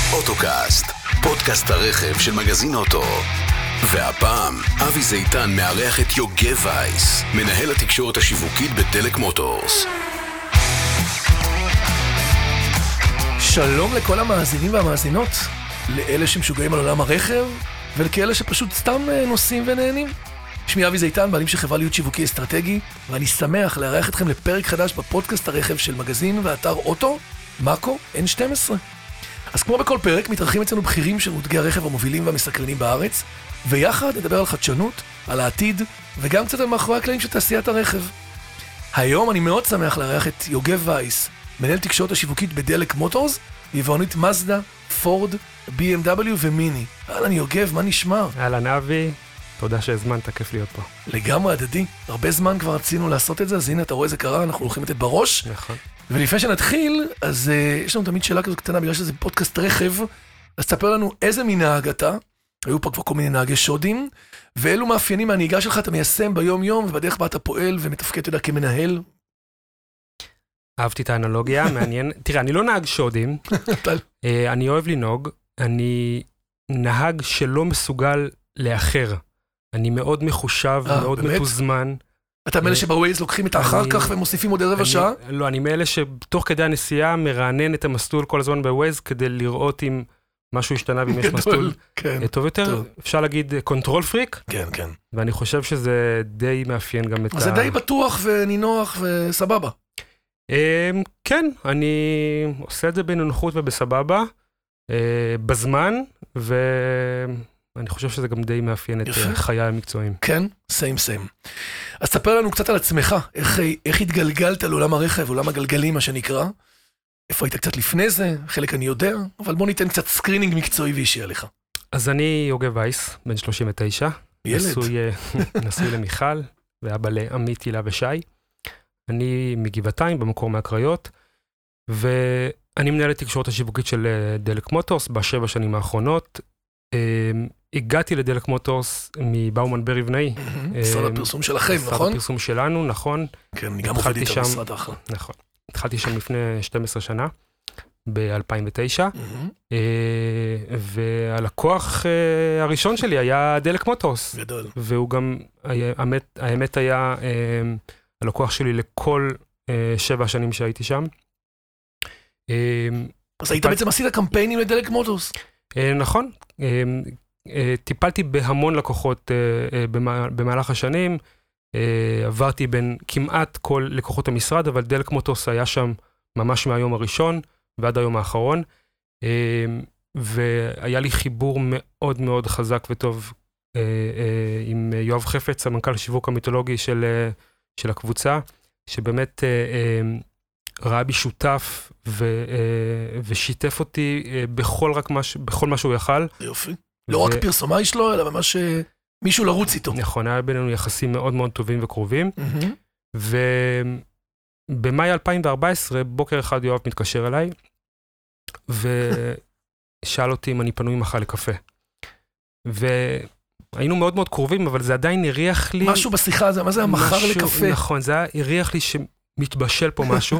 אוטוקאסט, פודקאסט הרכב של מגזין אוטו. והפעם, אבי זיתן מארח את יוגב וייס, מנהל התקשורת השיווקית בדלק מוטורס. שלום לכל המאזינים והמאזינות, לאלה שמשוגעים על עולם הרכב, ולכאלה שפשוט סתם נוסעים ונהנים. שמי אבי זיתן, בעלים של חברה להיות שיווקי אסטרטגי, ואני שמח לארח אתכם לפרק חדש בפודקאסט הרכב של מגזין ואתר אוטו, מאקו N12. אז כמו בכל פרק, מתארחים אצלנו בכירים של מותגי הרכב המובילים והמסקרנים בארץ, ויחד נדבר על חדשנות, על העתיד, וגם קצת על מאחורי הקלעים של תעשיית הרכב. היום אני מאוד שמח לארח את יוגב וייס, מנהל תקשורת השיווקית בדלק מוטורס, יבואנית מזדה, פורד, BMW ומיני. אהלן יוגב, מה נשמע? אהלן אבי, תודה שהזמנת, כיף להיות פה. לגמרי הדדי, הרבה זמן כבר רצינו לעשות את זה, אז הנה אתה רואה זה קרה, אנחנו הולכים לתת בראש. נכון. ולפני שנתחיל, אז יש לנו תמיד שאלה כזאת קטנה, בגלל שזה פודקאסט רכב, אז תספר לנו איזה מנהג אתה, היו פה כבר כל מיני נהגי שודים, ואילו מאפיינים מהנהיגה שלך אתה מיישם ביום יום, ובדרך בה אתה פועל ומתפקד, אתה יודע, כמנהל. אהבתי את האנלוגיה, מעניין. תראה, אני לא נהג שודים, אני אוהב לנהוג, אני נהג שלא מסוגל לאחר. אני מאוד מחושב, מאוד מתוזמן. אתה מאלה שבווייז לוקחים את האחר כך ומוסיפים עוד רבע שעה? לא, אני מאלה שתוך כדי הנסיעה מרענן את המסלול כל הזמן בווייז, כדי לראות אם משהו השתנה ואם יש מסלול טוב יותר. אפשר להגיד קונטרול פריק. כן, כן. ואני חושב שזה די מאפיין גם את זה די בטוח ונינוח וסבבה. כן, אני עושה את זה בנוחות ובסבבה, בזמן, ואני חושב שזה גם די מאפיין את חיי המקצועיים. כן, סיים. אז תספר לנו קצת על עצמך, איך התגלגלת לעולם הרכב, עולם הגלגלים, מה שנקרא. איפה היית קצת לפני זה, חלק אני יודע, אבל בוא ניתן קצת סקרינינג מקצועי ואישי עליך. אז אני יוגב וייס, בן 39. ילד. נשוי למיכל, ואבא לעמית, הילה ושי. אני מגבעתיים, במקור מהקריות, ואני מנהל את תקשורת השיווקית של דלק מוטורס בשבע שנים האחרונות. הגעתי לדלק מוטורס מבאומן ברי בנאי. משרד הפרסום שלכם, נכון? משרד הפרסום שלנו, נכון. כן, אני גם עובד איתה במשרד האחר. נכון. התחלתי שם לפני 12 שנה, ב-2009, והלקוח הראשון שלי היה דלק מוטורס. גדול. והוא גם, האמת היה הלקוח שלי לכל 7 שנים שהייתי שם. אז היית בעצם עשית קמפיינים לדלק מוטורס? נכון. טיפלתי בהמון לקוחות במהלך השנים, עברתי בין כמעט כל לקוחות המשרד, אבל דלק מוטורס היה שם ממש מהיום הראשון ועד היום האחרון, והיה לי חיבור מאוד מאוד חזק וטוב עם יואב חפץ, המנכ"ל השיווק המיתולוגי של הקבוצה, שבאמת ראה בי שותף ושיתף אותי בכל מה שהוא יכל. יופי. לא רק פרסומאי שלו, אלא ממש מישהו לרוץ איתו. נכון, היה בינינו יחסים מאוד מאוד טובים וקרובים. ובמאי 2014, בוקר אחד יואב מתקשר אליי, ושאל אותי אם אני פנוי מחר לקפה. והיינו מאוד מאוד קרובים, אבל זה עדיין הריח לי... משהו בשיחה הזה, מה זה המחר לקפה? נכון, זה הריח לי שמתבשל פה משהו,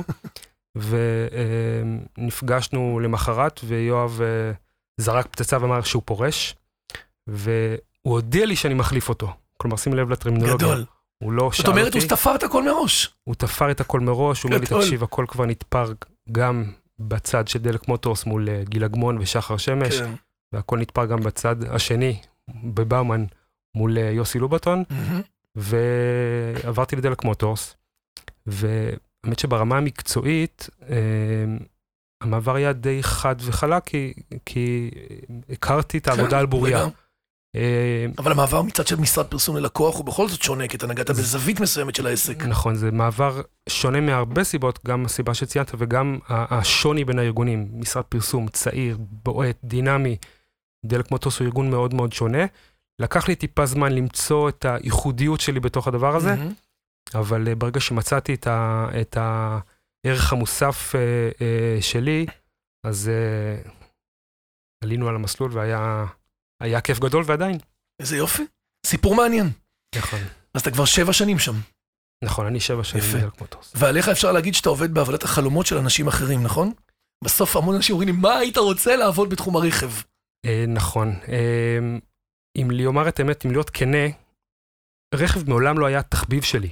ונפגשנו למחרת, ויואב זרק פצצה ואמר שהוא פורש, והוא הודיע לי שאני מחליף אותו. כלומר, שים לב לטרמינולוגיה. גדול. הוא לא שאל אותי. זאת אומרת, הוא תפר את הכל מראש. הוא תפר את הכל מראש, הוא אומר לי, תקשיב, הכל כבר נתפר גם בצד של דלק מוטורס מול גיל אגמון ושחר שמש, והכל נתפר גם בצד השני, בבאומן, מול יוסי לובטון, ועברתי לדלק מוטורס, והאמת שברמה המקצועית, המעבר היה די חד וחלק, כי הכרתי את העבודה על בוריה. אבל המעבר מצד של משרד פרסום ללקוח הוא בכל זאת שונה, כי אתה נגעת בזווית מסוימת של העסק. נכון, זה מעבר שונה מהרבה סיבות, גם הסיבה שציינת, וגם השוני בין הארגונים. משרד פרסום צעיר, בועט, דינמי, דלק מוטורס הוא ארגון מאוד מאוד שונה. לקח לי טיפה זמן למצוא את הייחודיות שלי בתוך הדבר הזה, אבל ברגע שמצאתי את הערך המוסף שלי, אז עלינו על המסלול והיה כיף גדול ועדיין. איזה יופי. סיפור מעניין. נכון. אז אתה כבר 7 שנים שם. נכון, אני 7 שנים בדלק מוטורס. ועליך אפשר להגיד שאתה עובד בעבודת החלומות של אנשים אחרים, נכון? בסוף המון אנשים אומרים לי, מה היית רוצה לעבוד בתחום הרכב? נכון. אם ליומר את האמת, אם להיות כנה, רכב מעולם לא היה תחביב שלי.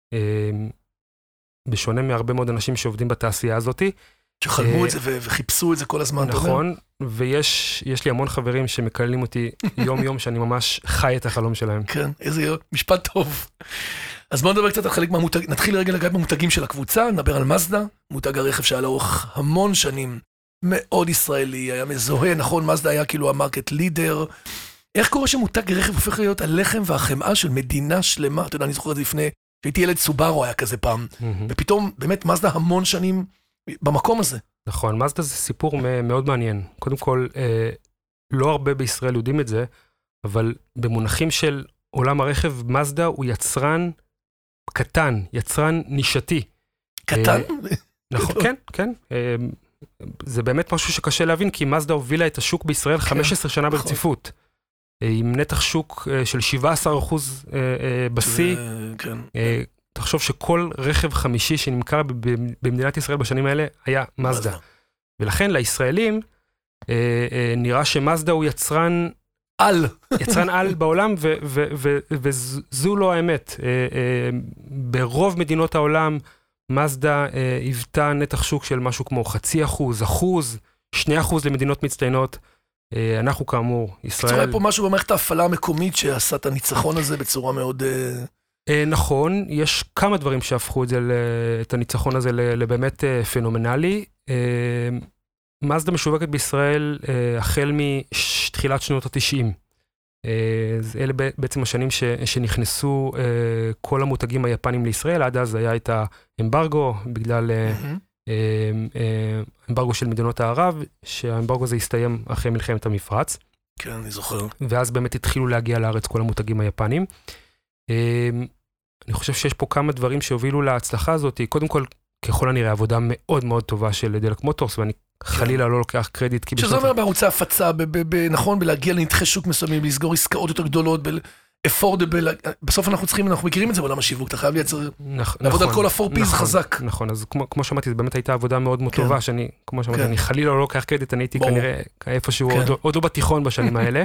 בשונה מהרבה מאוד אנשים שעובדים בתעשייה הזאת. שחלמו את זה וחיפשו את זה כל הזמן. נכון, ויש לי המון חברים שמקללים אותי יום יום שאני ממש חי את החלום שלהם. כן, איזה משפט טוב. אז בואו נדבר קצת על חלק מהמותגים, נתחיל רגע לגעת במותגים של הקבוצה, נדבר על מזדה, מותג הרכב שהיה לאורך המון שנים, מאוד ישראלי, היה מזוהה, נכון, מזדה היה כאילו המרקט לידר. איך קורה שמותג רכב הופך להיות הלחם והחמאה של מדינה שלמה? אתה יודע, אני זוכר את זה לפני, שהייתי ילד סובארו היה כזה פעם, ופתאום באמת מזדה המון שנים במקום הזה. נכון, מזדה זה סיפור מאוד מעניין. קודם כל, לא הרבה בישראל יודעים את זה, אבל במונחים של עולם הרכב, מזדה הוא יצרן קטן, יצרן נישתי. קטן? נכון, כן, כן. זה באמת משהו שקשה להבין, כי מזדה הובילה את השוק בישראל 15 שנה ברציפות. עם נתח שוק של 17% בשיא. תחשוב שכל רכב חמישי שנמכר במדינת ישראל בשנים האלה היה מזדה. ולכן לישראלים נראה שמזדה הוא יצרן על בעולם, וזו לא האמת. ברוב מדינות העולם, מזדה היוותה נתח שוק של משהו כמו 0.5%, 2% למדינות מצטיינות. אנחנו כאמור, ישראל... זאת אומרת פה משהו במערכת ההפעלה המקומית שעשה את הניצחון הזה בצורה מאוד... נכון, יש כמה דברים שהפכו את הניצחון הזה לבאמת פנומנלי. מזדה משווקת בישראל החל מתחילת שנות ה-90. אלה בעצם השנים שנכנסו כל המותגים היפנים לישראל, עד אז היה את האמברגו, בגלל אמברגו של מדינות הערב, שהאמברגו הזה הסתיים אחרי מלחמת המפרץ. כן, אני זוכר. ואז באמת התחילו להגיע לארץ כל המותגים היפנים. אני חושב שיש פה כמה דברים שהובילו להצלחה הזאת. קודם כל, ככל הנראה, עבודה מאוד מאוד טובה של דלק מוטורס, ואני חלילה לא לוקח קרדיט. שזה אומר בערוצי הפצה, נכון, בלהגיע לנתחי שוק מסוימים, לסגור עסקאות יותר גדולות, אפורדבל, בסוף אנחנו מכירים את זה בעולם השיווק, אתה חייב לייצר, לעבוד על כל הפורפיז חזק. נכון, אז כמו שמעתי, זו באמת הייתה עבודה מאוד מאוד טובה, שאני, כמו שמעתי, אני חלילה לא לוקח קרדיט, אני הייתי כנראה איפשהו עוד לא בתיכון בשנים האלה.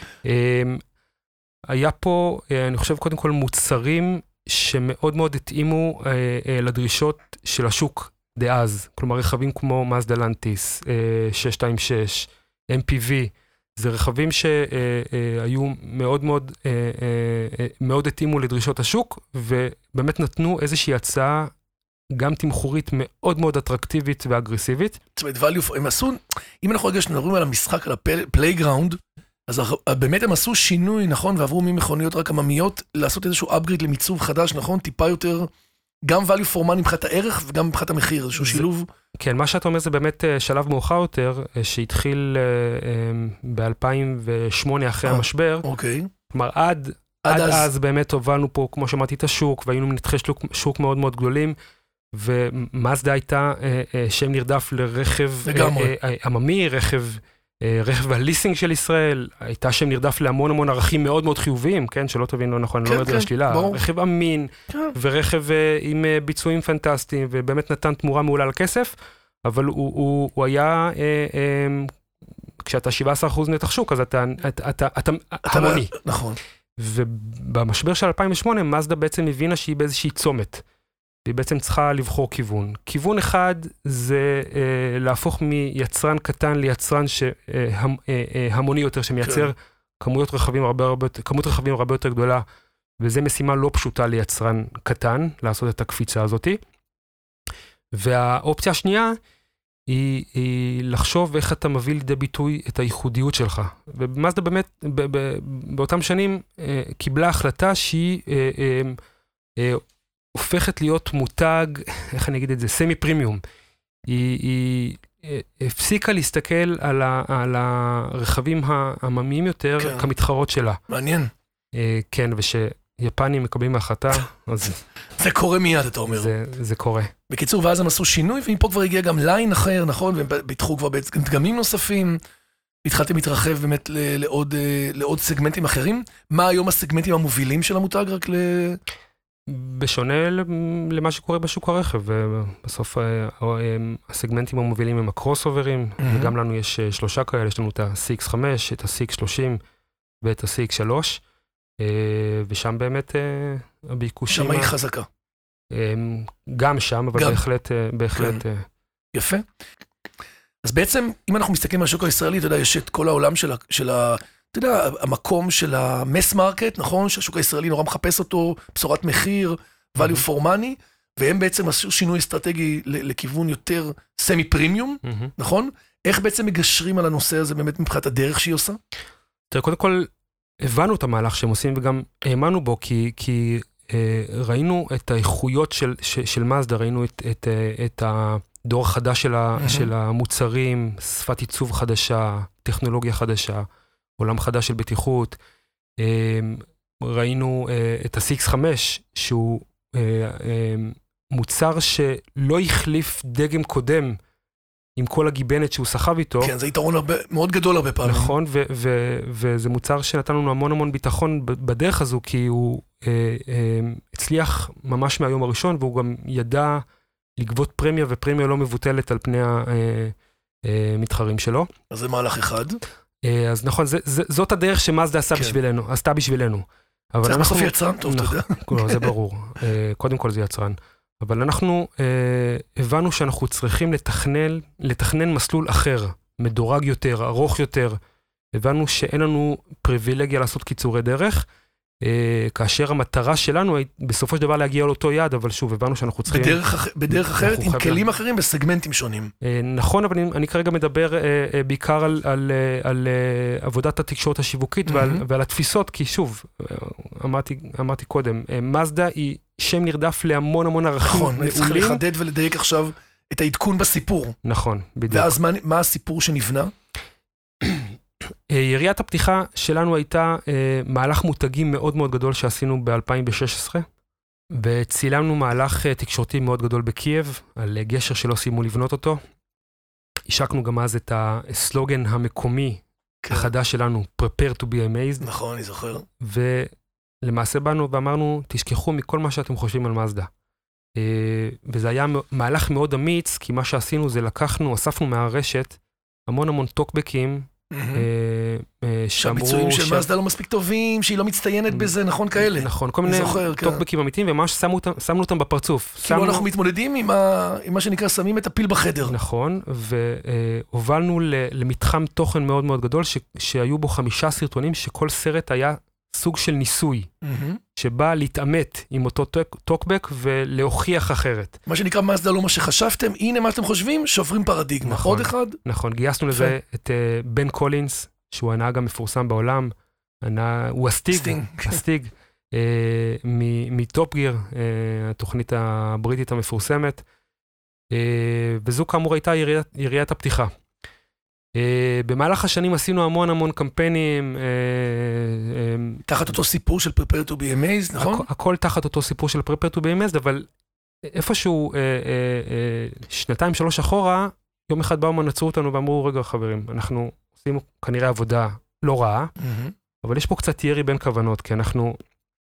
היה פה, אני חושב, קודם כל מוצרים שמאוד מאוד התאימו לדרישות של השוק דאז, כלומר רכבים כמו מזדה לנטיס, 626, MPV, זה רכבים שהיו מאוד התאימו לדרישות השוק, ובאמת נתנו איזושהי הצעה גם תמחורית מאוד מאוד אטרקטיבית ואגרסיבית. זאת אומרת, value, הם עשו, אם אנחנו רגע שנדברים על המשחק, על הפלייגראונד, אז באמת הם עשו שינוי, נכון, ועברו ממכוניות רק עממיות, לעשות איזשהו upgrade למיצוב חדש, נכון, טיפה יותר, גם value for money מבחינת הערך, וגם מבחינת המחיר, איזשהו שילוב. כן, מה שאתה אומר זה באמת שלב מאוחר יותר, שהתחיל ב-2008 אחרי המשבר. אוקיי. כלומר, עד אז באמת הובלנו פה, כמו שמעתי, את השוק, והיינו מנתחי שוק מאוד מאוד גדולים, ומזדה הייתה שם נרדף לרכב עממי, רכב הליסינג של ישראל, הייתה שם נרדף להמון המון ערכים מאוד מאוד חיוביים, כן, שלא תבין לא נכון, אני לא אומר את זה לשלילה, רכב אמין, ורכב עם ביצועים פנטסטיים, ובאמת נתן תמורה מעולה לכסף, אבל הוא היה, כשאתה 17% נתח שוק, אז אתה המוני. נכון. ובמשבר של 2008, מזדה בעצם הבינה שהיא באיזושהי צומת, והיא בעצם צריכה לבחור כיוון. כיוון אחד זה להפוך מיצרן קטן ליצרן המוני יותר, שמייצר כמות רכבים הרבה יותר גדולה, וזו משימה לא פשוטה ליצרן קטן, לעשות את הקפיצה הזאת. והאופציה השנייה היא לחשוב איך אתה מביא לידי ביטוי את הייחודיות שלך. ומזדה באמת באותם שנים קיבלה החלטה שהיא הופכת להיות מותג, איך אני אגיד את זה, סמי פרימיום. היא הפסיקה להסתכל על הרכבים העממיים יותר כמתחרות שלה. מעניין. כן, ושיפנים מקבלים ההחלטה, אז... זה קורה מיד, אתה אומר. זה קורה. בקיצור, ואז הם עשו שינוי, ומפה כבר הגיע גם ליין אחר, נכון? והם פיתחו כבר דגמים נוספים, התחלתם להתרחב באמת לעוד סגמנטים אחרים. מה היום הסגמנטים המובילים של המותג רק בשונה למה שקורה בשוק הרכב, ובסוף הסגמנטים המובילים הם הקרוס-אוברים, וגם לנו יש 3 כאלה, יש לנו את ה-CX5, את ה-CX30 ואת ה-CX3, ושם באמת הביקושים... שם היא חזקה. גם שם, אבל בהחלט... יפה. אז בעצם, אם אנחנו מסתכלים על השוק הישראלי, אתה יודע, יש את כל העולם של אתה יודע, המקום של המס מרקט, נכון? שהשוק הישראלי נורא מחפש אותו, בשורת מחיר, value for money, והם בעצם עשו שינוי אסטרטגי לכיוון יותר סמי פרימיום, נכון? איך בעצם מגשרים על הנושא הזה באמת מבחינת הדרך שהיא עושה? תראה, קודם כל, הבנו את המהלך שהם עושים, וגם האמנו בו, כי ראינו את האיכויות של מאזדה, ראינו את הדור החדש של המוצרים, שפת עיצוב חדשה, טכנולוגיה חדשה, עולם חדש של בטיחות. ראינו את ה-CX5, שהוא מוצר שלא החליף דגם קודם, עם כל הגיבנת שהוא סחב איתו. כן, זה יתרון מאוד גדול הרבה פעמים. נכון, וזה מוצר שנתן לנו המון ביטחון בדרך הזו, כי הוא הצליח ממש מהיום הראשון, והוא גם ידע לגבות פרמיה, ופרמיה לא מבוטלת על פני המתחרים שלו. אז זה מהלך אחד. אז נכון, זאת הדרך שמאזדה עשתה בשבילנו. צריך בסוף יצרן טוב, אתה יודע. זה ברור. קודם כל זה יצרן. אבל אנחנו הבנו שאנחנו צריכים לתכנן מסלול אחר, מדורג יותר, ארוך יותר. הבנו שאין לנו פריבילגיה לעשות קיצורי דרך, כאשר המטרה שלנו היא בסופו של דבר להגיע לאותו יעד, אבל שוב, הבנו שאנחנו צריכים... בדרך אחרת, עם כלים אחרים בסגמנטים שונים. נכון, אבל אני כרגע מדבר בעיקר על עבודת התקשורת השיווקית ועל התפיסות, כי שוב, אמרתי קודם, מאזדה היא שם נרדף להמון ערכים מעולים. נכון, צריך לחדד ולדייק עכשיו את העדכון בסיפור. נכון, בדיוק. ואז מה הסיפור שנבנה? יריית הפתיחה שלנו הייתה מהלך מותגים מאוד גדול שעשינו ב-2016, וצילמנו מהלך תקשורתי מאוד גדול בקייב, על גשר שלא סיימו לבנות אותו. השקנו גם אז את הסלוגן המקומי החדש שלנו, Prepare to be amazed. נכון, אני זוכר. ולמעשה באנו ואמרנו, תשכחו מכל מה שאתם חושבים על מאזדה. וזה היה מהלך מאוד אמיץ, כי מה שעשינו זה אספנו מהרשת המון טוקבקים, שהביצועים של מאזדה לא מספיק טובים, שהיא לא מצטיינת בזה, נכון כאלה. נכון, כל מיני טוקבקים אמיתיים, וממש שמנו אותם בפרצוף. כאילו אנחנו מתמודדים עם מה שנקרא, שמים את הפיל בחדר. נכון, והובלנו למתחם תוכן מאוד גדול, שהיו בו 5 סרטונים, שכל סרט היה סוג של ניסוי, שבא להתאמת עם אותו טוקבק ולהוכיח אחרת. מה שנקרא מאזדה לא מה שחשבתם, הנה מה אתם חושבים, שוברים פרדיגמה. עוד אחד? נכון, גייסנו לזה את בן קולינס, שהוא הנהג המפורסם בעולם, הוא הסטיג, מטופ גיר, התוכנית הבריטית המפורסמת, וזו כאמור הייתה יריית הפתיחה. במהלך השנים עשינו המון קמפיינים. תחת אותו סיפור של Prepare to be amazed, נכון? הכל תחת אותו סיפור של Prepare to be amazed, אבל איפשהו 2-3 אחורה, יום אחד באו מנצרו אותנו ואמרו, רגע חברים, אנחנו עושים כנראה עבודה לא רעה, אבל יש פה קצת ירי בין כוונות, כי אנחנו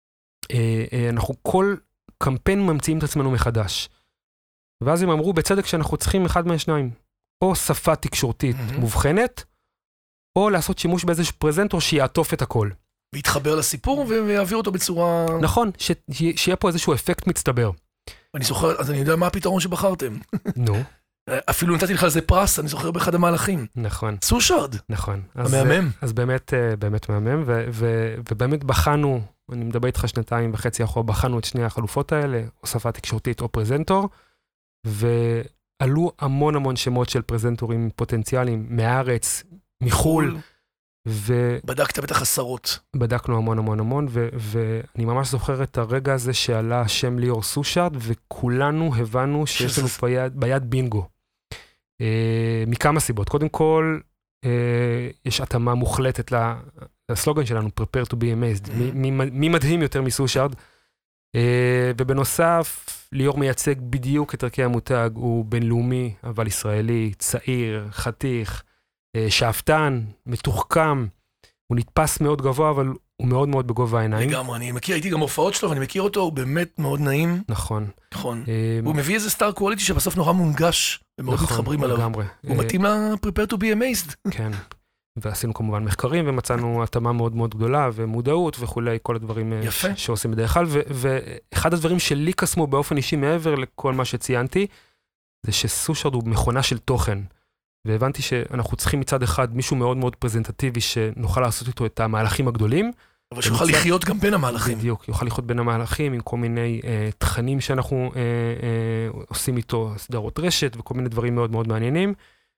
כל קמפיין ממציאים את עצמנו מחדש. ואז הם אמרו בצדק שאנחנו צריכים אחד מהשניים. או שפה תקשורתית מובחנת, או לעשות שימוש באיזשהו פרזנטור שיעטוף את הכל. ויתחבר לסיפור ויעביר אותו בצורה... נכון, שיהיה פה איזשהו אפקט מצטבר. אני זוכר, אז אני יודע מה הפתרון שבחרתם. נו. אפילו נתתי לך לזה פרס, אני זוכר באחד המהלכים. נכון. סושארד. נכון. המהמם. אז באמת מהמם, ובאמת בחנו, אני מדבר איתך 2.5 אחורה, בחנו את שני החלופות האלה, או שפה תקשורתית או פרזנטור, עלו המון שמות של פרזנטורים פוטנציאליים מהארץ, מחול. בדקת בטח עשרות. בדקנו המון, ואני ממש זוכר את הרגע הזה שעלה השם ליאור סושארד, וכולנו הבנו שיש לנו ביד בינגו. מכמה סיבות. קודם כל, יש התאמה מוחלטת לסלוגן שלנו, Prepare to be amazed. מי מדהים יותר מסושארד? ובנוסף, ליאור מייצג בדיוק את ערכי המותג, הוא בינלאומי, אבל ישראלי, צעיר, חתיך, שאפתן, מתוחכם, הוא נתפס מאוד גבוה, אבל הוא מאוד מאוד בגובה העיניים. לגמרי, אני מכיר, הייתי גם הופעות שלו, ואני מכיר אותו, הוא באמת מאוד נעים. נכון. נכון. הוא מביא איזה סטאר קואליטי שבסוף נורא מונגש, ומאוד מתחברים עליו. לגמרי. הוא מתאים ל-Prepare to be amazed. כן. ועשינו כמובן מחקרים, ומצאנו התאמה מאוד מאוד גדולה, ומודעות וכולי, כל הדברים שעושים בדרך כלל. ואחד הדברים שלי קסמו באופן אישי מעבר לכל מה שציינתי, זה שסושארד הוא מכונה של תוכן. והבנתי שאנחנו צריכים מצד אחד מישהו מאוד מאוד פרזנטטיבי, שנוכל לעשות איתו את המהלכים הגדולים. אבל שיוכל לחיות גם בין המהלכים. בדיוק, יוכל לחיות בין המהלכים, עם כל מיני תכנים שאנחנו עושים איתו, סדרות רשת, וכל מיני דברים מאוד מאוד מעניינים.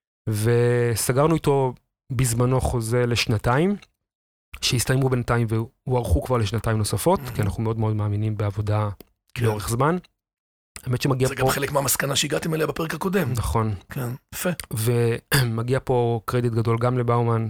וסגרנו איתו בזמנו חוזה לשנתיים, שהסתיימו בינתיים והוארכו כבר לשנתיים נוספות, כי אנחנו מאוד מאוד מאמינים בעבודה לאורך זמן. האמת שמגיע פה... זה גם חלק מהמסקנה שהגעתם אליה בפרק הקודם. נכון. כן, יפה. ומגיע פה קרדיט גדול גם לבאומן,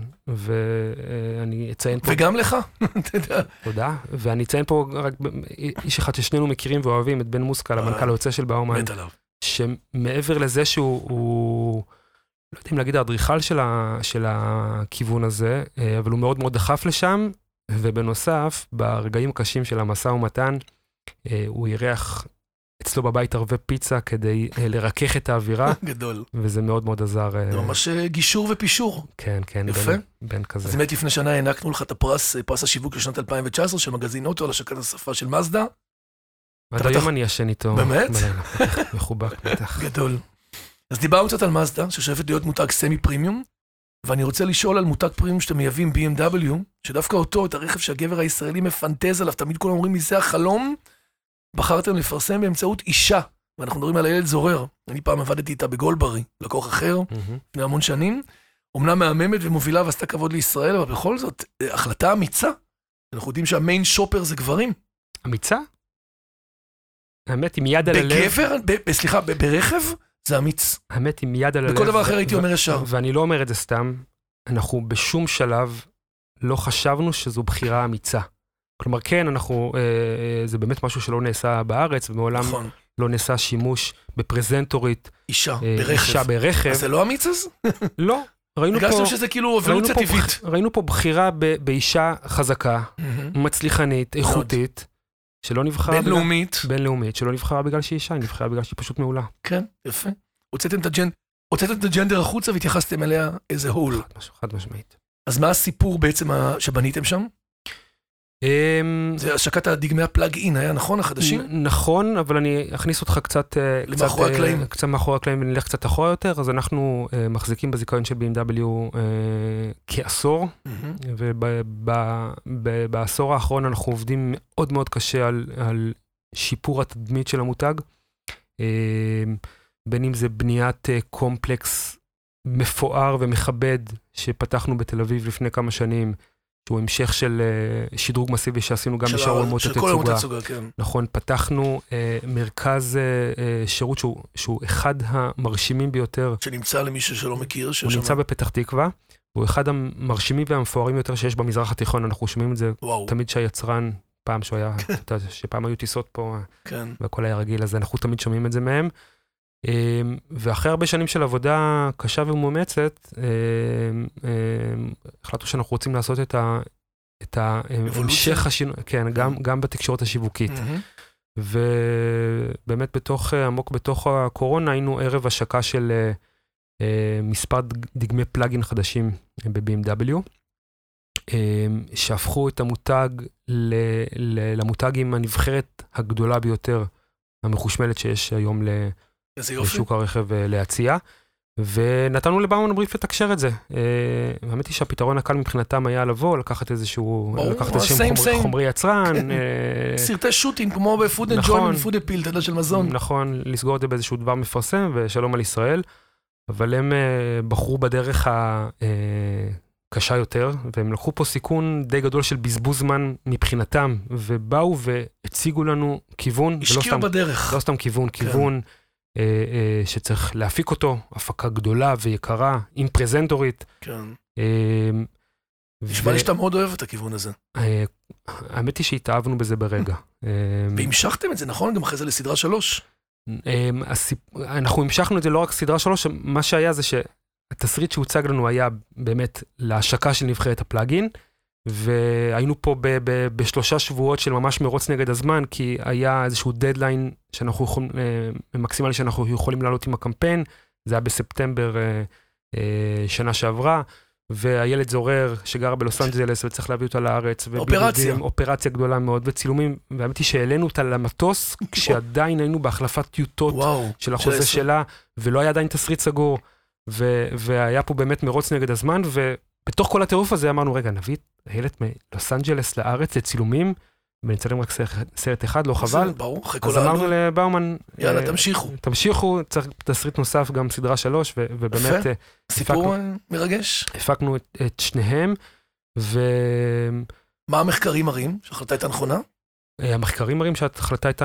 ואני אציין פה... וגם לך, תודה. ואני אציין פה רק איש אחד ששנינו מכירים ואוהבים, את בן מוסקל, המנכ"ל היוצא של באומן. מת עליו. שמעבר לזה שהוא... לא יודע אם להגיד האדריכל של הכיוון הזה, אבל הוא מאוד מאוד דחף לשם, ובנוסף, ברגעים הקשים של המשא ומתן, הוא אירח אצלו בבית הרבה פיצה כדי לרכך את האווירה. גדול. וזה מאוד מאוד עזר. ממש גישור ופישור. כן, כן. יפה. בין כזה. אז באמת לפני שנה הענקנו לך את פרס השיווק לשנת 2019 של מגזין אוטו על השקת השפה של מזדה. עד היום אני ישן איתו. באמת? מחובק, בטח. גדול. אז דיברנו קצת על מזדה, ששואפת להיות מותג סמי פרימיום, ואני רוצה לשאול על מותג פרימיום שאתם מייבאים BMW, שדווקא אותו, את הרכב שהגבר הישראלי מפנטז עליו, תמיד כולם אומרים לי, זה החלום, בחרתם לפרסם באמצעות אישה, ואנחנו מדברים על הילד זורר. אני פעם עבדתי איתה בגולברי, לקוח אחר, לפני המון שנים, אומנם מהממת ומובילה ועשתה כבוד לישראל, אבל בכל זאת, החלטה אמיצה. אנחנו יודעים שהמיין שופר זה גברים. אמיצה? האמת, עם יד על הלב. בגבר, סליחה, ברכב? זה אמיץ. האמת, עם יד על הלב. בכל דבר אחר הייתי אומר ישר. ואני לא אומר את זה סתם, אנחנו בשום שלב לא חשבנו שזו בחירה אמיצה. כלומר, כן, זה באמת משהו שלא נעשה בארץ, ומעולם לא נעשה שימוש בפרזנטורית. אישה ברכב. אז זה לא אמיץ אז? לא. הרגשתם שזה כאילו אבולוציה טבעית. ראינו פה בחירה באישה חזקה, מצליחנית, איכותית, שלא נבחרה... בינלאומית, שלא נבחרה בגלל שהיא אישה, היא נבחרה בגלל שהיא פשוט מעולה. כן, יפה. הוצאתם את הג'נדר החוצה והתייחסתם אליה איזה הול. חד משמעית. אז מה הסיפור בעצם שבניתם שם? זה השקת הדגמי הפלאג-אין, היה נכון, החדשים? נכון, אבל אני אכניס אותך קצת מאחורי הקלעים ונלך קצת אחורה יותר, אז אנחנו מחזיקים בזיכיון של BMW כעשור, ובעשור האחרון אנחנו עובדים מאוד מאוד קשה על שיפור התדמית של המותג, בין אם זה בניית קומפלקס מפואר ומכבד שפתחנו בתל אביב לפני כמה שנים, שהוא המשך של שדרוג מסיבי שעשינו גם בשאר עולמות התצוגה. כן. נכון, פתחנו מרכז שירות שהוא אחד המרשימים ביותר. שנמצא למישהו שלא מכיר. הוא נמצא בפתח תקווה, הוא אחד המרשימים והמפוארים יותר שיש במזרח התיכון, אנחנו שומעים את זה תמיד שהיצרן, פעם שהוא היה, שפעם היו טיסות פה, והכל היה רגיל, אז אנחנו תמיד שומעים את זה מהם. ואחרי הרבה שנים של עבודה קשה ומאומצת, החלטנו שאנחנו רוצים לעשות את המשך השינוי, כן, גם בתקשורת השיווקית. ובאמת עמוק בתוך הקורונה היינו ערב השקה של מספר דגמי פלאגין חדשים ב-BMW, שהפכו את המותג למותג עם הנבחרת הגדולה ביותר, המחושמלת שיש היום לשוק הרכב להציע, ונתנו לבאומן בריף לתקשר את זה. האמת היא שהפתרון הקל מבחינתם היה לבוא, לקחת איזשהו חומרי יצרן. סרטי שוטינג, כמו בפוד אנד ג'וין, פוד אפיל, תדע של מזון. נכון, לסגור את זה באיזשהו דבר מפרסם, ושלום על ישראל, אבל הם בחרו בדרך הקשה יותר, והם לקחו פה סיכון די גדול של בזבוז זמן מבחינתם, ובאו והציגו לנו כיוון, השקיעו בדרך. לא סתם כיוון שצריך להפיק אותו, הפקה גדולה ויקרה, עם פרזנטורית. כן. נשמע לי שאתה מאוד אוהב את הכיוון הזה. האמת היא שהתאהבנו בזה ברגע. והמשכתם את זה, נכון? גם אחרי זה לסדרה 3. אנחנו המשכנו את זה לא רק סדרה 3, מה שהיה זה שהתסריט שהוצג לנו היה באמת להשקה של נבחרת הפלאגין, והיינו פה בשלושה שבועות של ממש מרוץ נגד הזמן, כי היה איזשהו דדליין שאנחנו יכולים, מקסימלי שאנחנו יכולים לעלות עם הקמפיין, זה היה בספטמבר שנה שעברה, והילד זורר שגר בלוס אנג'לס וצריך להביא אותה לארץ. אופרציה גדולה מאוד, וצילומים, והאמת היא שהעלינו אותה למטוס, כשעדיין היינו בהחלפת טיוטות של החוזה שלה, ולא היה עדיין תסריט סגור, והיה פה באמת מרוץ נגד הזמן, ובתוך כל הטירוף הזה אמרנו, רגע, נביא הילד מלוס אנג'לס לארץ לצילומים, ונצלם רק סרט אחד, לא חבל. אז אמרנו לבאומן, יאללה, תמשיכו, צריך תסריט נוסף, גם סדרה 3, ובאמת... סיפור מרגש. הפקנו את שניהם, מה המחקרים מראים שההחלטה הייתה נכונה? המחקרים מראים שההחלטה הייתה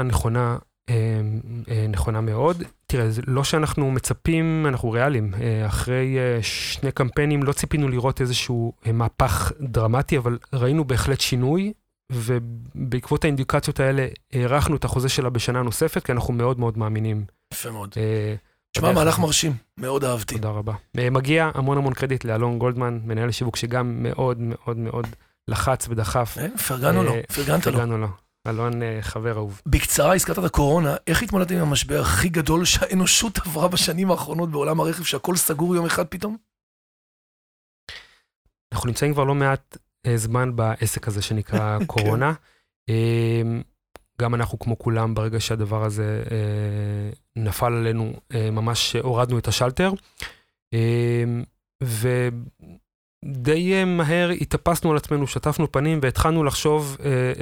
נכונה מאוד. תראה, לא שאנחנו מצפים, אנחנו ריאליים. אחרי שני קמפיינים לא ציפינו לראות איזשהו מהפך דרמטי, אבל ראינו בהחלט שינוי, ובעקבות האינדיקציות האלה, הערכנו את החוזה שלה בשנה נוספת, כי אנחנו מאוד מאוד מאמינים. יפה מאוד. תשמע, מהלך מרשים, מאוד אהבתי. תודה רבה. מגיע המון קרדיט לאלון גולדמן, מנהל השיווק שגם מאוד מאוד מאוד לחץ ודחף. פרגנו לו, פרגנת לו. אלון חבר אהוב. בקצרה, הזכרת את הקורונה, איך התמודדתם עם המשבר הכי גדול שהאנושות עברה בשנים האחרונות בעולם הרכב, שהכל סגור יום אחד פתאום? אנחנו נמצאים כבר לא מעט זמן בעסק הזה שנקרא קורונה. גם אנחנו כמו כולם, ברגע שהדבר הזה נפל עלינו, ממש הורדנו את השלטר, ודי מהר התאפסנו על עצמנו, שטפנו פנים, והתחלנו לחשוב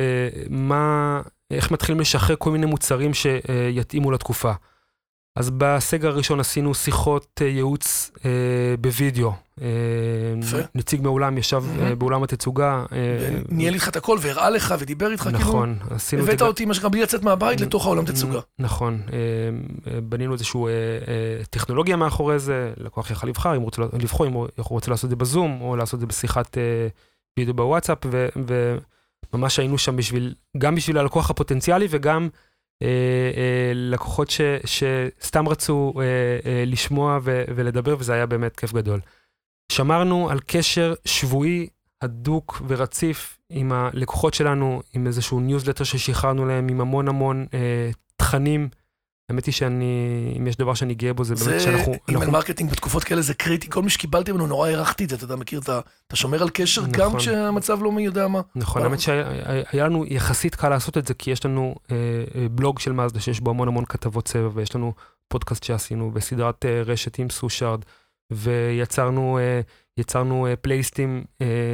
איך מתחילים לשחרר כל מיני מוצרים שיתאימו לתקופה. אז בסגר הראשון עשינו שיחות ייעוץ בווידאו. נציג מאולם ישב באולם התצוגה. ניהל איתך את הכל והראה לך ודיבר איתך כאילו. נכון. הבאת אותי מה שגם בלי לצאת מהבית לתוך העולם תצוגה. נכון. בנינו איזושהי טכנולוגיה מאחורי זה, לקוח יכל לבחור, אם הוא רוצה לעשות את זה בזום, או לעשות את זה בשיחת וידאו בוואטסאפ, וממש היינו שם גם בשביל הלקוח הפוטנציאלי, וגם לקוחות שסתם רצו לשמוע ולדבר, וזה היה באמת כיף גדול. שמרנו על קשר שבועי, הדוק ורציף עם הלקוחות שלנו, עם איזשהו ניוזלטר ששחררנו להם, עם המון תכנים. האמת היא אם יש דבר שאני גאה בו, זה באמת שאנחנו... אימייל מרקטינג בתקופות כאלה זה קריטי, כל מי שקיבלתי ממנו נורא הערכתי את זה, אתה מכיר, אתה שומר על קשר גם כשהמצב לא מי יודע מה. נכון, האמת שהיה לנו יחסית קל לעשות את זה, כי יש לנו בלוג של מאזדה שיש בו המון כתבות צבע, ויש לנו פודקאסט שעשינו, בסדרת רשת עם סושארד, ויצרנו פלייליסטים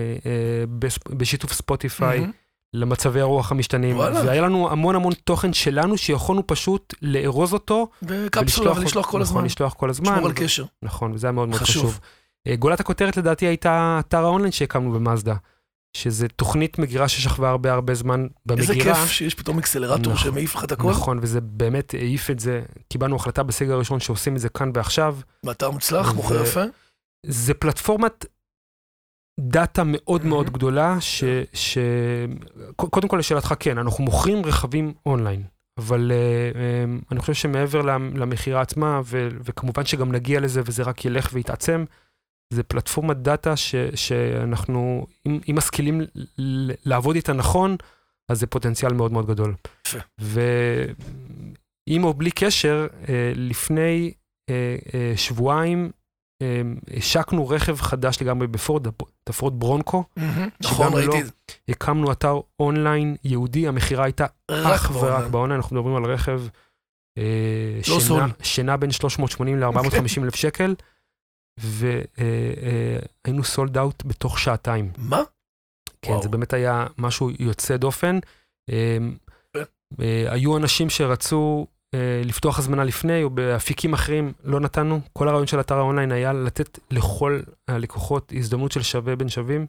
בשיתוף ספוטיפיי, למצבי הרוח המשתנים, והיה לנו המון תוכן שלנו שיכולנו פשוט לארוז אותו, בקפסולה ולשלוח כל הזמן. לשלוח כל הזמן. לשמור על קשר. נכון, וזה היה מאוד חשוב. גולת הכותרת לדעתי הייתה אתר האונליין שהקמנו במאזדה, שזה תוכנית מגירה ששכבה הרבה זמן במגירה. איזה כיף שיש פתאום אקסלרטור שמעיף לך את הכל. נכון, וזה באמת העיף את זה. קיבלנו החלטה בסגר הראשון שעושים את זה כאן ועכשיו. ואתר מוצלח, מוכר יפה. זה פלטפורמת דאטה מאוד גדולה, קודם כל לשאלתך כן, אנחנו מוכרים רכבים אונליין, אבל אני חושב שמעבר למחירה עצמה, וכמובן שגם נגיע לזה, וזה רק ילך ויתעצם, זה פלטפורמת דאטה שאנחנו, אם משכילים לעבוד איתה נכון, אז זה פוטנציאל מאוד גדול. ואם או בלי קשר, לפני שבועיים, השקנו רכב חדש לגמרי בפורד, את הפורד ברונקו. נכון, ראיתי. הקמנו אתר אונליין יהודי, המחירה הייתה אך ורק באונליין, אנחנו מדברים על רכב שינה בין 380 ל-450 אלף שקל, והיינו סולד אאוט בתוך שעתיים. מה? כן, זה באמת היה משהו יוצא דופן. היו אנשים שרצו לפתוח הזמנה לפני, או באפיקים אחרים לא נתנו. כל הרעיון של אתר האונליין היה לתת לכל הלקוחות הזדמנות של שווה בין שווים,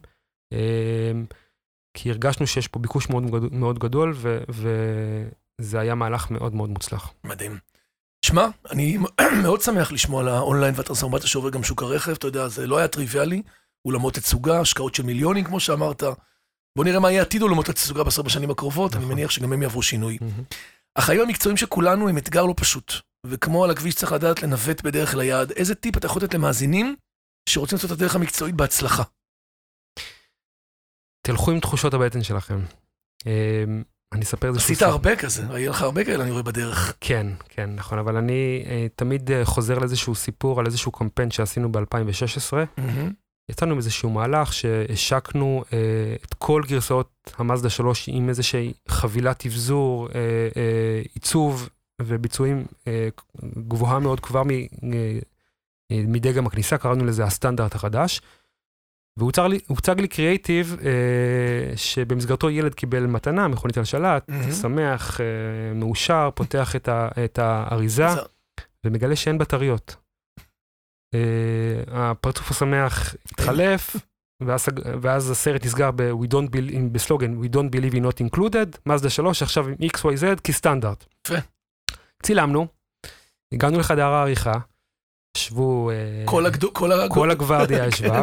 כי הרגשנו שיש פה ביקוש מאוד גדול, וזה היה מהלך מאוד מוצלח. מדהים. שמע, אני מאוד שמח לשמוע על האונליין והטרנספורמציה שעובר גם שוק הרכב, אתה יודע, זה לא היה טריוויאלי, אולמות תצוגה, השקעות של מיליונים, כמו שאמרת. בוא נראה מה יהיה עתיד אולמות התצוגה בעשר בשנים הקרובות, אני מניח שגם הם יעברו שינוי. החיים המקצועיים שכולנו הם אתגר לא פשוט, וכמו על הכביש צריך לדעת לנווט בדרך ליעד, איזה טיפ אתה יכול לתת למאזינים שרוצים לעשות את הדרך המקצועית בהצלחה? תלכו עם תחושות הבטן שלכם. אני אספר איזשהו... עשית הרבה כזה, היה לך הרבה כאלה, אני רואה בדרך. כן, כן, נכון, אבל אני תמיד חוזר לאיזשהו סיפור, על איזשהו קמפיין שעשינו ב-2016. יצאנו עם איזשהו מהלך שהשקנו את כל גרסאות המאזדה 3 עם איזושהי חבילת תבזור, עיצוב וביצועים גבוהה מאוד כבר מדגם הכניסה, קראנו לזה הסטנדרט החדש. והוצג לי קריאייטיב שבמסגרתו ילד קיבל מתנה, מכונית על שלט, שמח, מאושר, פותח את האריזה ומגלה שאין בטריות. הפרצוף השמח התחלף, ואז הסרט נסגר בסלוגן We don't believe in not included, מאזדה 3 עכשיו עם XYZ כסטנדרט. צילמנו, הגענו לחדר העריכה, ישבו, כל הגוורדיה ישבה,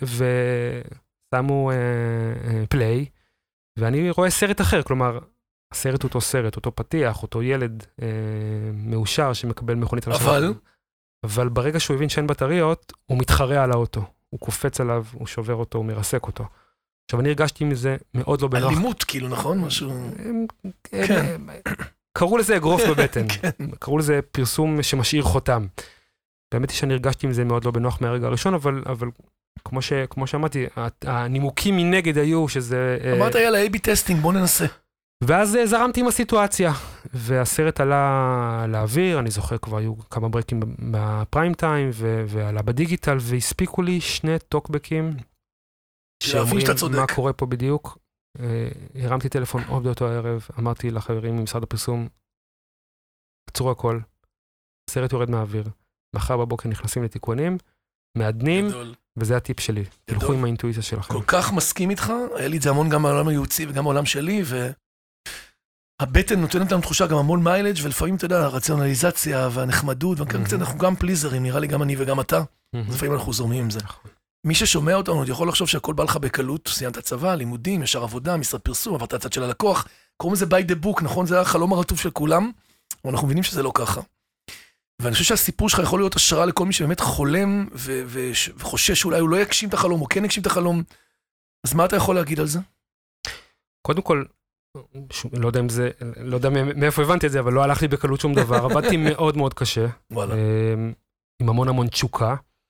ושמו פליי, ואני רואה סרט אחר, כלומר, הסרט הוא אותו סרט, אותו פתיח, אותו ילד מאושר שמקבל מכונית על השלט. אבל ברגע שהוא הבין שאין בטריות, הוא מתחרה על האוטו, הוא קופץ עליו, הוא שובר אותו, הוא מרסק אותו. עכשיו, אני הרגשתי מזה מאוד לא בנוח. אלימות, כאילו, נכון? משהו... כן. קראו לזה אגרוף בבטן, קראו לזה פרסום שמשאיר חותם. באמת היא שאני הרגשתי עם זה מאוד לא בנוח מהרגע הראשון, אבל כמו שאמרתי, הנימוקים מנגד היו שזה... אמרת, יאללה, A-B טסטינג, בוא ננסה. ואז זרמתי עם הסיטואציה, והסרט עלה לאוויר, אני זוכר כבר היו כמה ברקים בפריים טיים, ועלה בדיגיטל, והספיקו לי 2 טוקבקים, שאומרים מה קורה פה בדיוק. הרמתי טלפון עוד באותו הערב, אמרתי לחברים ממשרד הפרסום, עצרו הכל, הסרט יורד מהאוויר, מחר בבוקר נכנסים לתיקונים, מעדנים, וזה הטיפ שלי. תלכו עם האינטואיציה שלכם. כל כך מסכים איתך, היה לי את זה המון גם בעולם הייעוצי וגם בעולם שלי, והבטן נותנת לנו תחושה גם המון מיילג' ולפעמים, אתה יודע, הרציונליזציה והנחמדות, אנחנו גם פליזרים, נראה לי גם אני וגם אתה, לפעמים אנחנו זורמים עם זה. מי ששומע אותנו עוד יכול לחשוב שהכל בא לך בקלות, סיימת צבא, לימודים, ישר עבודה, משרד פרסום, עברת הצד של הלקוח, קוראים לזה by the book, נכון? זה החלום הרטוב של כולם, אבל אנחנו מבינים שזה לא ככה. ואני חושב שהסיפור שלך יכול להיות השראה לכל מי שבאמת חולם וחושש שאולי הוא לא יגשים את החלום, או כן יגשים את החלום. אז מה אתה יכול להגיד על זה? קודם כל, לא יודע מאיפה הבנתי את זה, אבל לא הלך לי בקלות שום דבר. עבדתי מאוד מאוד קשה, עם המון תשוקה.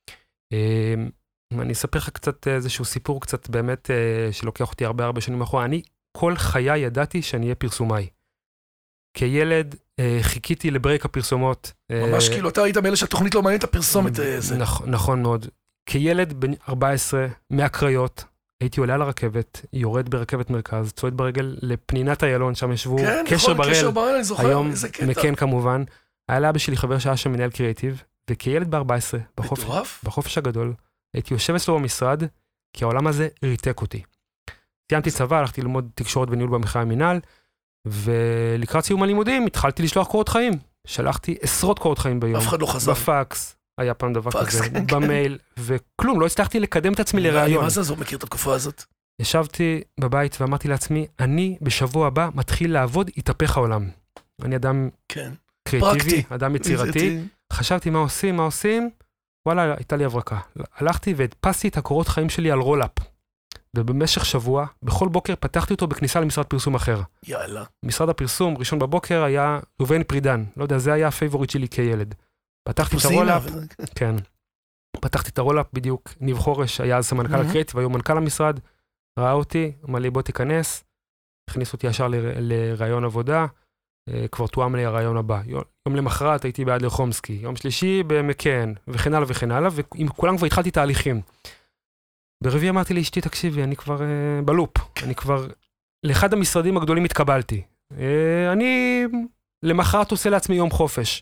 אני אספר לך קצת איזשהו סיפור קצת באמת שלוקח אותי הרבה שנים אחורה. אני כל חיי ידעתי שאני אהיה פרסומאי. כילד חיכיתי לברייק הפרסומות. ממש כאילו אתה היית מאלה שהתוכנית לא מעניינת הפרסומת. נכון מאוד. כילד בן 14 מהקריות, הייתי עולה על הרכבת, יורד ברכבת מרכז, צועד ברגל לפנינת איילון, שם ישבו קשר בראל, היום מכן כמובן. היה לאבא שלי חבר שהיה שם מנהל קריאיטיב, וכילד ב-14, בחופש הגדול, הייתי יושב אצלו במשרד, כי העולם הזה ריתק אותי. סיימתי צבא, הלכתי ללמוד תקשורת וניהול במכללה למינהל, ולקראת סיום הלימודים התחלתי לשלוח קורות חיים. שלחתי עשרות קורות חיים ביום. אף אחד לא חזר. בפקס, היה פעם דבר כזה, במייל, וכלום, לא הצלחתי לקדם את עצמי לרעיון. מה זה, זו מכיר את התקופה הזאת? ישבתי בבית ואמרתי לעצמי, אני בשבוע הבא מתחיל לעבוד, יתהפך העולם. אני אדם קריאטיבי, אדם יצירתי. חשבתי מה עושים, וואלה, הייתה לי הברקה. הלכתי והדפסתי את הקורות חיים שלי על רולאפ. ובמשך שבוע, בכל בוקר פתחתי אותו בכניסה למשרד פרסום אחר. יאללה. משרד הפרסום, ראשון בבוקר, היה ראובן פרידן. לא יודע, זה היה הפייבוריט שלי כילד. פתחתי את הרולאפ, כן. פתחתי את הרולאפ בדיוק, ניב חורש, היה אז סמנכ"ל הקריאיטיב, והיום מנכ"ל המשרד, ראה אותי, אמר לי בוא תיכנס, הכניס אותי ישר לרעיון עבודה, כבר תואם לי הרעיון הבא. יום למחרת הייתי באדלר חומסקי, יום שלישי במקן, וכן הלאה, ועם כולם כבר התחלתי תהליכים. ברביעי אמרתי לאשתי, תקשיבי, אני כבר בלופ, אני כבר לאחד המשרדים הגדולים התקבלתי. אני למחרת עושה לעצמי יום חופש.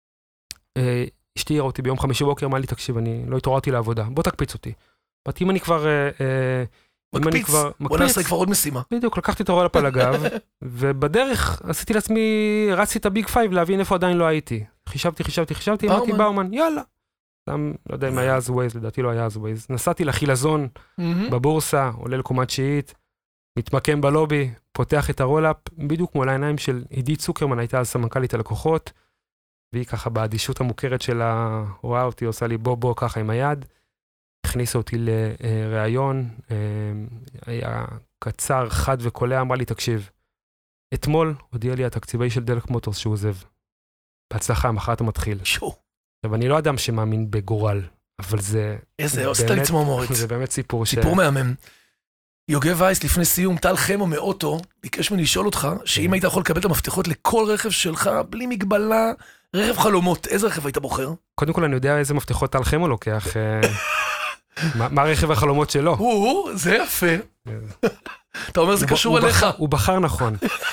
אשתי יראה אותי ביום חמישי בוקר, אמרה לי, תקשיב, אני לא התעוררתי לעבודה, בוא תקפיץ אותי. באתי, אם אני כבר... מקפיץ, בוא נעשה כבר עוד משימה. בדיוק, לקחתי את הרולאפ על הגב, ובדרך עשיתי לעצמי, רצתי את הביג פייב להבין איפה עדיין לא הייתי. חישבתי, אמרתי באומן, יאללה. לא יודע אם היה אז ווייז, לדעתי לא היה אז ווייז. נסעתי לחילזון בבורסה, עולה לקומה תשיעית, מתמקם בלובי, פותח את הרולאפ, בדיוק מול העיניים של עידית צוקרמן, הייתה אז סמנכ"לית הלקוחות, והיא ככה באדישות המוכרת שלה, רואה אותי, עושה לי בוא ככה עם היד, הכניסה אותי לראיון, היה קצר, חד וקולע, אמרה לי, תקשיב, אתמול הודיע לי התקציבי של דלק מוטורס שהוא עוזב. בהצלחה, מחר אתה מתחיל. עכשיו, אני לא אדם שמאמין בגורל, אבל זה... איזה, עושה לי צמרמורת. זה באמת סיפור סיפור מהמם. יוגב וייס, לפני סיום, טל חמו מאוטו, ביקש ממני לשאול אותך, שאם היית יכול לקבל את המפתחות לכל רכב שלך, בלי מגבלה, רכב חלומות, איזה רכב היית בוחר? קודם כל, אני יודע איזה מפתחות טל חמו לוקח. מה רכב החלומות שלו? זה יפה. אתה אומר, זה קשור אליך. הוא בחר נכון.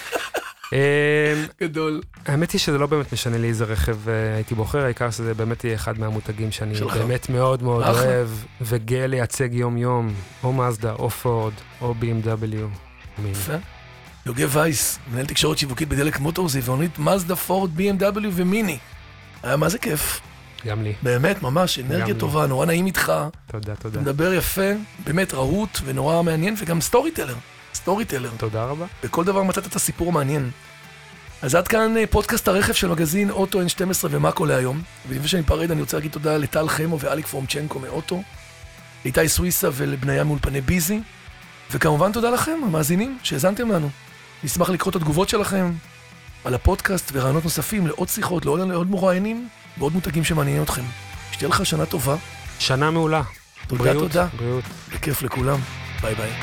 גדול. האמת היא שזה לא באמת משנה לי איזה רכב הייתי בוחר, העיקר שזה באמת יהיה אחד מהמותגים שאני באמת מאוד מאוד אוהב, וגאה לייצג יום יום, או מזדה, או פורד, או BMW. יפה. יוגב וייס, מנהל תקשורת שיווקית בדלק מוטורס, יבואנית מזדה, פורד, BMW ומיני. היה מה זה כיף. גם לי. באמת, ממש, אנרגיה טובה, נורא נעים איתך. תודה, תודה. אתה מדבר יפה, באמת רהוט ונורא מעניין, וגם סטורי טלר. תודה רבה. בכל דבר מצאת את הסיפור המעניין. אז עד כאן פודקאסט הרכב של מגזין אוטו N12 ומאקו להיום. ולפני שאני פרד, אני רוצה להגיד תודה לטל חמו ואליק פרומצ'נקו מאוטו, לאיתי סוויסה ולבניה מאולפני ביזי, וכמובן תודה לכם, המאזינים, שהזנתם לנו. נשמח לקרוא את התגובות שלכם על הפודקאסט ורעיונות נוספים לעוד שיחות, לעוד מרואיינים ועוד מותגים שמעניינים אתכם. שתהיה לך שנה טובה. שנה מעולה. תודה. בריאות. בכיף לכולם. ביי ביי.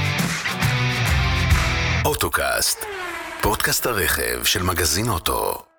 אוטוקאסט, פודקאסט הרכב של מגזין אוטו.